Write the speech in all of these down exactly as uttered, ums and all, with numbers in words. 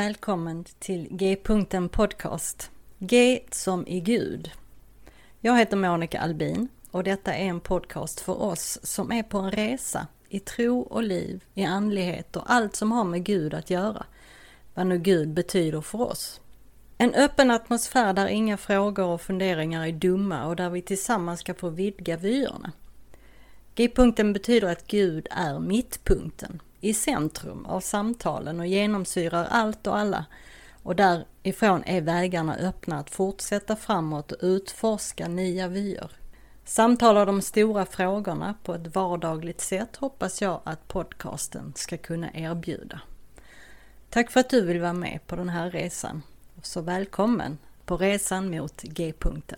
välkommen till G-punkten podcast. G som i Gud. Jag heter Monica Albin och detta är en podcast för oss som är på en resa i tro och liv, i andlighet och allt som har med Gud att göra. Vad nu Gud betyder för oss. En öppen atmosfär där inga frågor och funderingar är dumma och där vi tillsammans ska få vidga vyerna. G-punkten betyder att Gud är mittpunkten, i centrum av samtalen och genomsyrar allt och alla. Och därifrån är vägarna öppna att fortsätta framåt och utforska nya vyer. Samtalar de stora frågorna på ett vardagligt sätt hoppas jag att podcasten ska kunna erbjuda. Tack för att du vill vara med på den här resan. Så välkommen på resan mot G-punkten.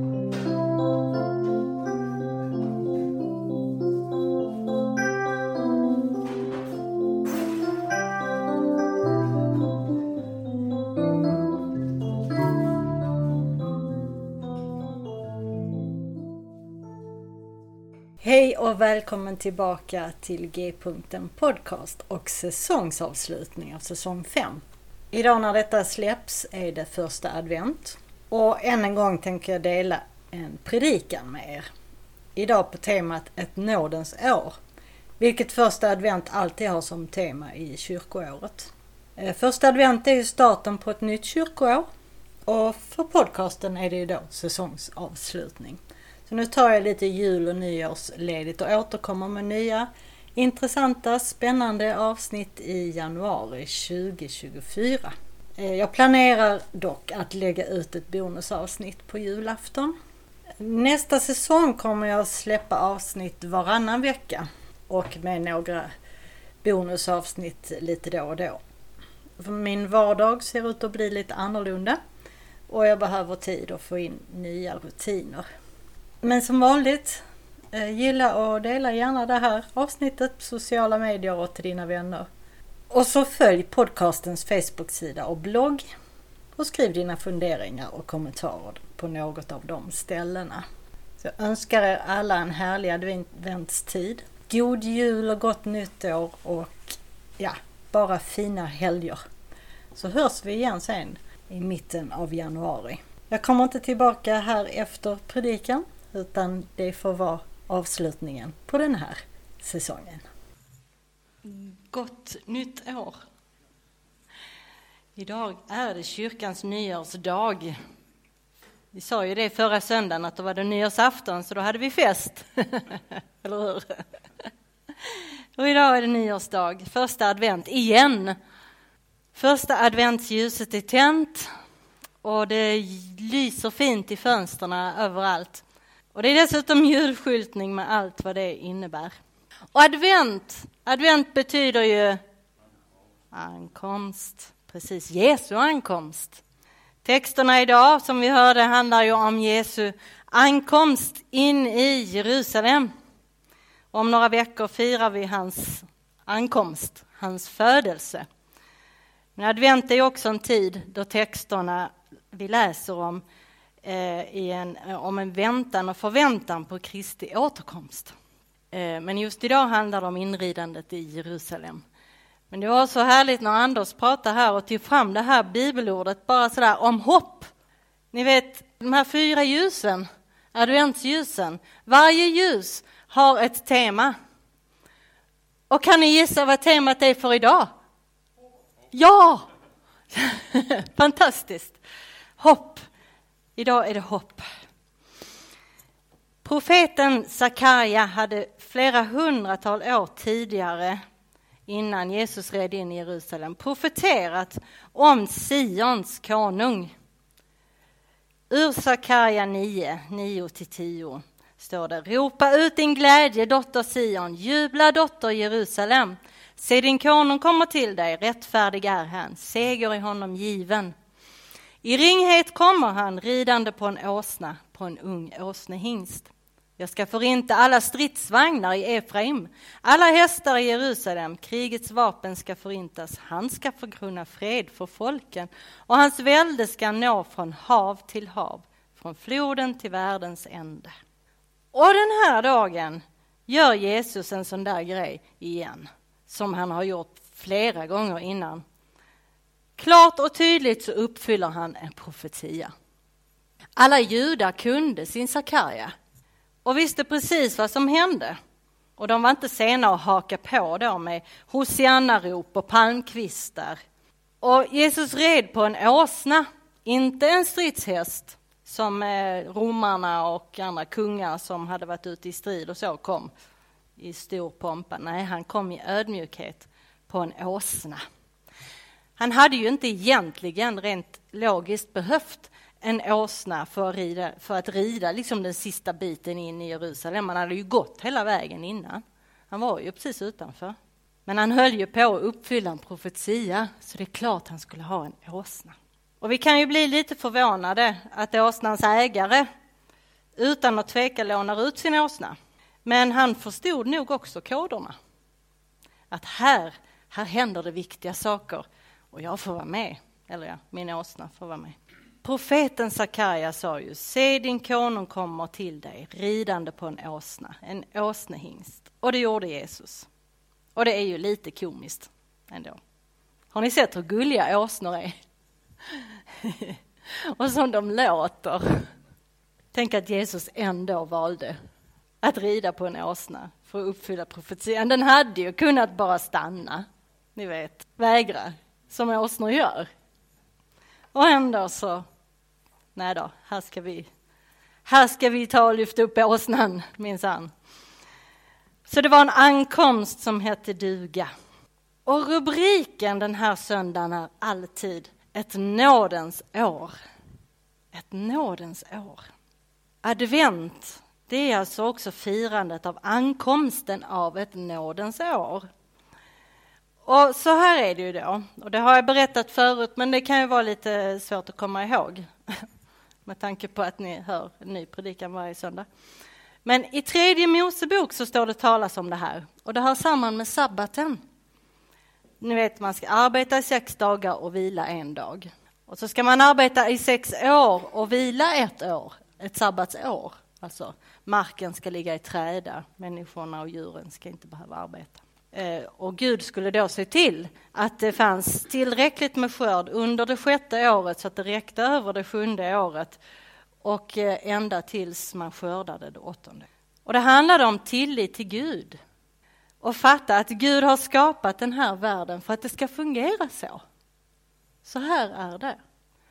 Hej och välkommen tillbaka till G-punkten podcast och säsongsavslutning av säsong fem. Idag när detta släpps är det första advent och än en gång tänker jag dela en predikan med er. Idag på temat ett nådens år, vilket första advent alltid har som tema i kyrkoåret. Första advent är ju starten på ett nytt kyrkoår och för podcasten är det ju då säsongsavslutning. Så nu tar jag lite jul- och nyårsledigt och återkommer med nya intressanta, spännande avsnitt i januari tjugo tjugofyra. Jag planerar dock att lägga ut ett bonusavsnitt på julafton. Nästa säsong kommer jag att släppa avsnitt varannan vecka och med några bonusavsnitt lite då och då. För min vardag ser ut att bli lite annorlunda och jag behöver tid att få in nya rutiner. Men som vanligt, gilla och dela gärna det här avsnittet på sociala medier och till dina vänner. Och så följ podcastens Facebook-sida och blogg och skriv dina funderingar och kommentarer på något av de ställena. Så jag önskar er alla en härlig adventstid, god jul och gott nytt år och ja, bara fina helger. Så hörs vi igen sen i mitten av januari. Jag kommer inte tillbaka här efter predikan. Utan det får vara avslutningen på den här säsongen. Gott nytt år! Idag är det kyrkans nyårsdag. Vi sa ju det förra söndagen att det var det nyårsafton så då hade vi fest. Eller hur? Och idag är det nyårsdag. Första advent igen. Första adventsljuset är tänt. Och det lyser fint i fönstren överallt. Och det är dessutom julskyltning med allt vad det innebär. Och advent, advent betyder ju ankomst, precis, Jesu ankomst. Texterna idag som vi hörde handlar ju om Jesu ankomst in i Jerusalem. Om några veckor firar vi hans ankomst, hans födelse. Men advent är ju också en tid då texterna vi läser om I en, om en väntan och förväntan på Kristi återkomst. Men just idag handlar det om inridandet i Jerusalem. Men det var så härligt när Anders pratade här och tog fram det här bibelordet bara sådär om hopp. Ni vet, de här fyra ljusen, adventsljusen, varje ljus har ett tema. Och kan ni gissa vad temat är för idag? Ja! Fantastiskt! Hopp. Idag är det hopp. Profeten Sakarja hade flera hundratal år tidigare, innan Jesus red in i Jerusalem, profeterat om Sions konung. Ur Sakarja nio, nio till tio står det: Ropa ut din glädje, dotter Sion, jubla dotter Jerusalem. Se, din konung kommer till dig, rättfärdig är han, seger i honom given. I ringhet kommer han ridande på en åsna, på en ung åsnehingst. Jag ska förinta alla stridsvagnar i Efraim, alla hästar i Jerusalem. Krigets vapen ska förintas, han ska förkunna fred för folken. Och hans välde ska nå från hav till hav, från floden till världens ände. Och den här dagen gör Jesus en sån där grej igen, som han har gjort flera gånger innan. Klart och tydligt så uppfyller han en profetia. Alla judar kunde sin Sakarja och visste precis vad som hände. Och de var inte sena att haka på då med hosiannarop och palmkvistar. Och Jesus red på en åsna, inte en stridshäst som romarna och andra kungar som hade varit ute i strid och så kom i stor pompa. Nej, han kom i ödmjukhet på en åsna. Han hade ju inte egentligen rent logiskt behövt en åsna för att rida, för att rida liksom den sista biten in i Jerusalem. Han hade ju gått hela vägen innan. Han var ju precis utanför. Men han höll ju på att uppfylla en profetia, så det är klart han skulle ha en åsna. Och vi kan ju bli lite förvånade att åsnans ägare utan att tveka lånar ut sin åsna. Men han förstod nog också koderna. Att här, här händer det viktiga saker och jag får vara med. Eller ja, min åsna får vara med. Profeten Sakarja sa ju, se din konung kommer till dig ridande på en åsna, en åsnehingst. Och det gjorde Jesus. Och det är ju lite komiskt ändå. Har ni sett hur gulliga åsnor är? Och som de låter. Tänk att Jesus ändå valde att rida på en åsna för att uppfylla profetian. Den hade ju kunnat bara stanna, ni vet, vägra, som åsnor gör. Och ändå så, nej då, här ska vi, här ska vi ta och lyfta upp åsnan, minsann. Så det var en ankomst som hette duga. Och rubriken den här söndagen är alltid ett nådens år. Ett nådens år. Advent, det är alltså också firandet av ankomsten av ett nådens år. Och så här är det ju då, och det har jag berättat förut, men det kan ju vara lite svårt att komma ihåg med tanke på att ni hör en ny predikan varje söndag. Men i tredje Mosebok så står det talas om det här, och det hör samman med sabbaten. Ni vet, man ska arbeta i sex dagar och vila en dag. Och så ska man arbeta i sex år och vila ett år, ett sabbatsår. Alltså marken ska ligga i träda, människorna och djuren ska inte behöva arbeta. Och Gud skulle då se till att det fanns tillräckligt med skörd under det sjätte året så att det räckte över det sjunde året och ända tills man skördade det åttonde. Och det handlade om tillit till Gud och fatta att Gud har skapat den här världen för att det ska fungera så. Så här är det.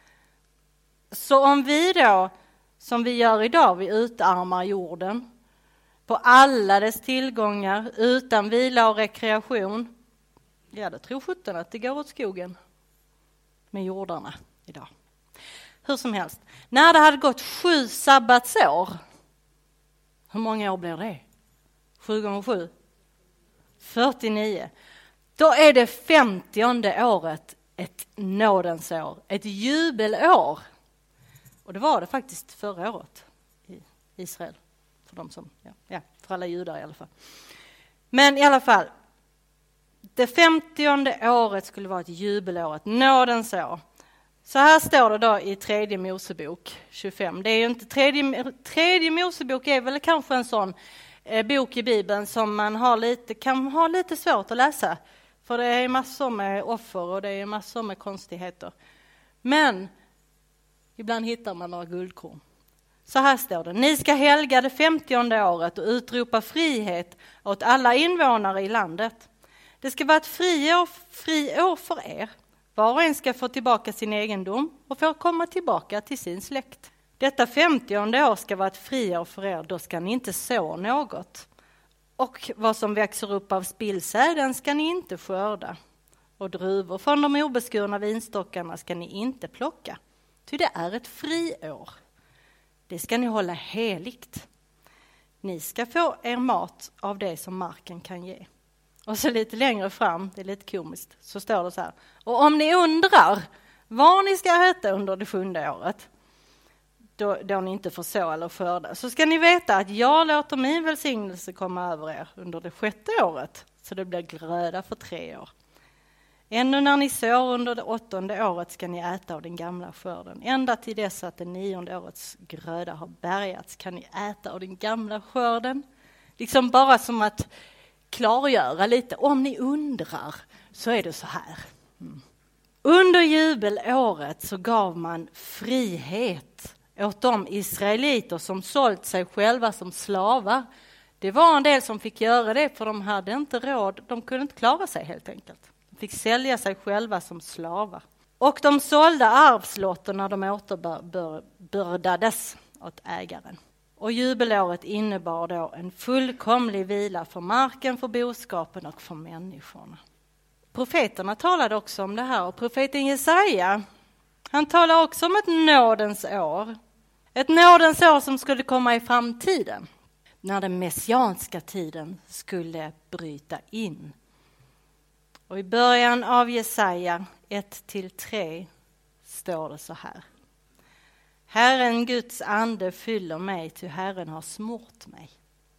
Så om vi då, som vi gör idag, vi utarmar jorden på alla dess tillgångar utan vila och rekreation. Ja, det tror sjutton att det går åt skogen med jordarna idag. Hur som helst, när det hade gått sju sabbatsår, hur många år blir det? Sju gånger sju? fyrtionio. Då är det femtionde året ett nådens år, ett jubelår. Och det var det faktiskt förra året i Israel. För de som, ja, ja, för alla judar i alla fall. Men i alla fall, det femtionde året skulle vara ett jubelår, ett nådens år. Så här står det då i tredje Mosebok tjugofem. Det är ju inte tredje, tredje Mosebok är väl kanske en sån eh, bok i Bibeln som man har lite, kan ha lite svårt att läsa. För det är massor med offer och det är massor med konstigheter. Men ibland hittar man några guldkorn. Så här står det. Ni ska helga det femtionde året och utropa frihet åt alla invånare i landet. Det ska vara ett friår, friår för er. Var och en ska få tillbaka sin egendom och få komma tillbaka till sin släkt. Detta femtionde år ska vara ett friår för er. Då ska ni inte så något. Och vad som växer upp av spillsäden ska ni inte skörda. Och druvor från de obeskurna vinstockarna ska ni inte plocka. Ty det är ett friår. Det ska ni hålla heligt. Ni ska få er mat av det som marken kan ge. Och så lite längre fram, det är lite komiskt, så står det så här. Och om ni undrar vad ni ska äta under det sjunde året, då, då ni inte får så eller skörda, så ska ni veta att jag låter min välsignelse komma över er under det sjätte året, så det blir gröda för tre år. Ännu när ni sår under det åttonde året ska ni äta av den gamla skörden. Ända till dess att det nionde årets gröda har bärgats kan ni äta av den gamla skörden. Liksom bara som att klargöra lite. Om ni undrar så är det så här. Mm. Under jubelåret så gav man frihet åt de israeliter som sålt sig själva som slavar. Det var en del som fick göra det för de hade inte råd, de kunde inte klara sig helt enkelt. De fick sälja sig själva som slavar. Och de sålde arvslotter när de återbördades åt ägaren. Och jubelåret innebar då en fullkomlig vila för marken, för boskapen och för människorna. Profeterna talade också om det här, och profeten Jesaja, han talar också om ett nådens år. Ett nådens år som skulle komma i framtiden, när den messianska tiden skulle bryta in. Och i början av Jesaja ett till tre står det så här. Herren Guds ande fyller mig, ty Herren har smort mig.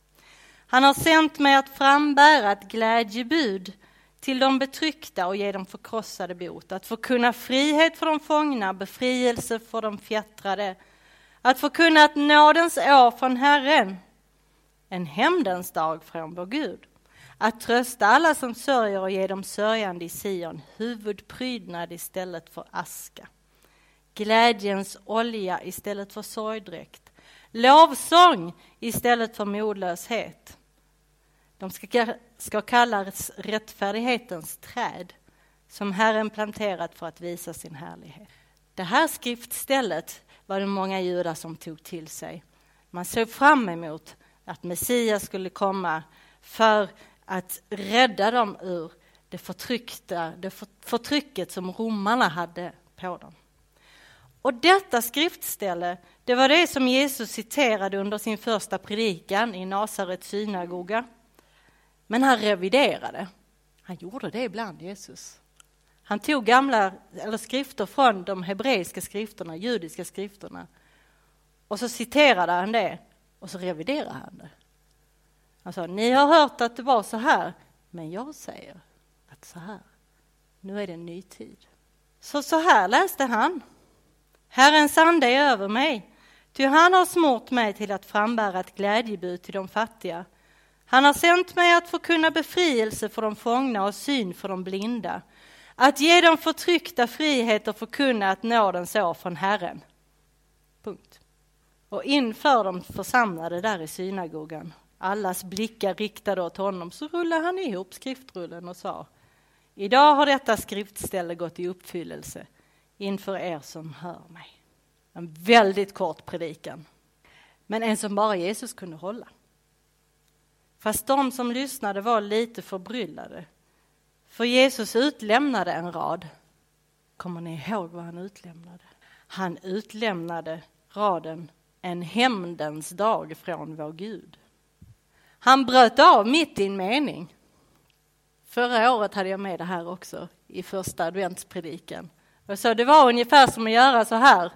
Han har sänt mig att frambära ett glädjebud till de betryckta och ge dem förkrossade bot. Att förkunna frihet för de fångna, befrielse för de fjättrade. Att förkunna ett nådens år från Herren, en hämndens dag från vår Gud. Att trösta alla som sörjer och ge dem sörjande i Sion huvudprydnad istället för aska. Glädjens olja istället för sorgdräkt. Lovsång istället för modlöshet. De ska, ska kallas rättfärdighetens träd som Herren planterat för att visa sin härlighet. Det här skriftstället var det många judar som tog till sig. Man såg fram emot att Messias skulle komma för att rädda dem ur det förtryckta, det förtrycket som romarna hade på dem. Och detta skriftställe, det var det som Jesus citerade under sin första predikan i Nasarets synagoga. Men han reviderade. Han gjorde det ibland, Jesus. Han tog gamla eller skrifter från de hebreiska skrifterna, judiska skrifterna. Och så citerade han det och så reviderade han det. Han sa, ni har hört att det var så här, men jag säger att så här. Nu är det en ny tid. Så så här läste han. Herrens ande är över mig, ty han har smort mig till att frambära ett glädjebud till de fattiga. Han har sänt mig att förkunna befrielse för de fångna och syn för de blinda. Att ge dem förtryckta frihet och förkunna att nådens år från Herren. Punkt. Och inför de församlade där i synagogan, allas blickar riktade åt honom, så rullade han ihop skriftrullen och sa, idag har detta skriftställe gått i uppfyllelse inför er som hör mig. En väldigt kort predikan, men en som bara Jesus kunde hålla. Fast de som lyssnade var lite förbryllade. För Jesus utlämnade en rad. Kommer ni ihåg vad han utlämnade? Han utlämnade raden en hämndens dag från vår Gud. Han bröt av mitt i en mening. Förra året hade jag med det här också i första adventspredikan. Och så det var ungefär som att göra så här.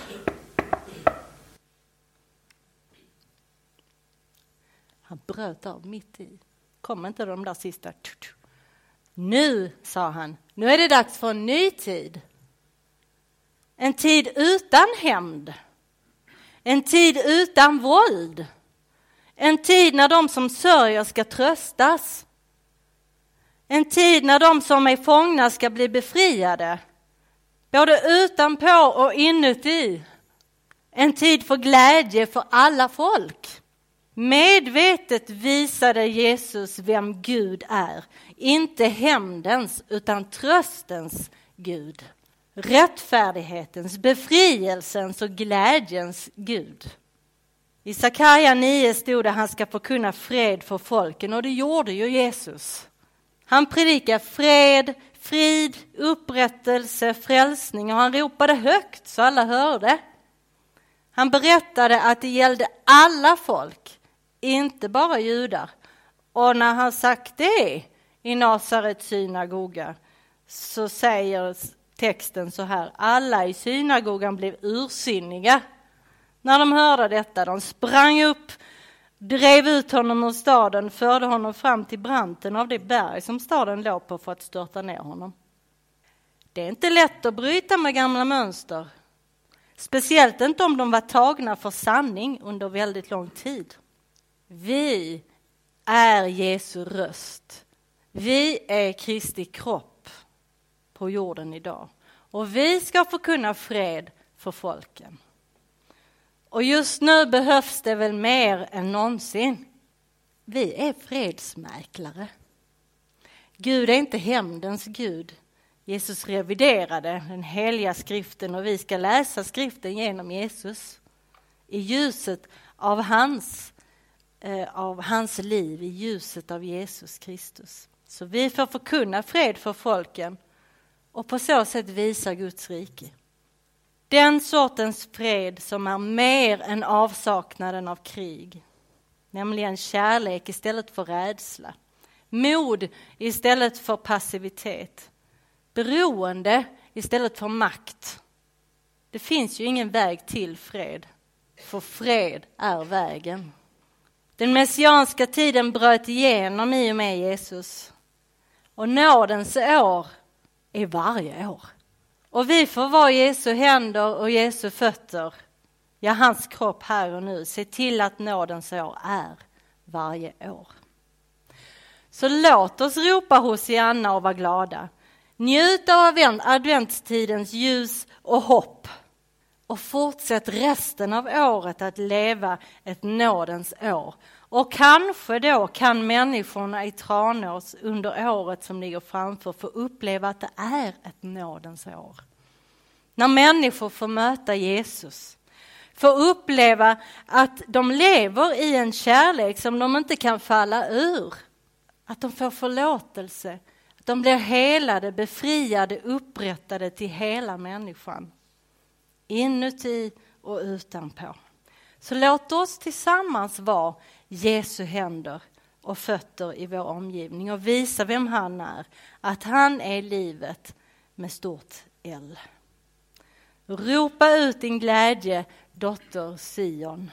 Han bröt av mitt i. Kom inte de där sista. Nu, sa han, nu är det dags för en ny tid. En tid utan hämnd. En tid utan våld. En tid när de som sörjer ska tröstas. En tid när de som är fångna ska bli befriade. Både utanpå och inuti. En tid för glädje för alla folk. Medvetet visade Jesus vem Gud är. Inte hämndens utan tröstens Gud. Rättfärdighetens, befrielsens och glädjens Gud. I Sakaja nio stod det att han ska förkunna fred för folken, och det gjorde ju Jesus. Han predikade fred, frid, upprättelse, frälsning, och han ropade högt så alla hörde. Han berättade att det gällde alla folk, inte bara judar. Och när han sagt det i Nasarets synagoga så säger texten så här: alla i synagogan blev ursinniga när de hörde detta. De sprang upp, drev ut honom ur staden, förde honom fram till branten av det berg som staden låg på för att störta ner honom. Det är inte lätt att bryta med gamla mönster. Speciellt inte om de var tagna för sanning under väldigt lång tid. Vi är Jesu röst. Vi är Kristi kropp på jorden idag. Och vi ska förkunna fred för folken. Och just nu behövs det väl mer än någonsin. Vi är fredsmäklare. Gud är inte hämndens Gud. Jesus reviderade den heliga skriften och vi ska läsa skriften genom Jesus. I ljuset av hans, eh, av hans liv, i ljuset av Jesus Kristus. Så vi får förkunna fred för folken och på så sätt visa Guds rike. Den sortens fred som är mer än avsaknaden av krig. Nämligen kärlek istället för rädsla. Mod istället för passivitet. Beroende istället för makt. Det finns ju ingen väg till fred. För fred är vägen. Den messianska tiden bröt igenom i och med Jesus. Och nådens år är varje år. Och vi får vara Jesu händer och Jesu fötter. Ja, hans kropp här och nu. Se till att nådens år är varje år. Så låt oss ropa Hosianna och vara glada. Njut av adventstidens ljus och hopp. Och fortsätt resten av året att leva ett nådens år. Och kanske då kan människorna i Tranås under året som ligger framför få uppleva att det är ett nådens år. När människor får möta Jesus. Får uppleva att de lever i en kärlek som de inte kan falla ur. Att de får förlåtelse. Att de blir helade, befriade, upprättade till hela människan. Inuti och utanpå. Så låt oss tillsammans vara Jesu händer och fötter i vår omgivning. Och visa vem han är. Att han är livet med stort L. Ropa ut din glädje, dotter Sion.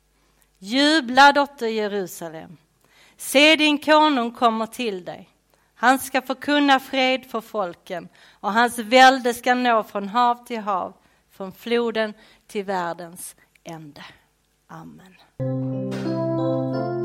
Jubla, dotter Jerusalem. Se, din konung kommer till dig. Han ska förkunna fred för folken. Och hans välde ska nå från hav till hav. Från floden till världens ände. Amen.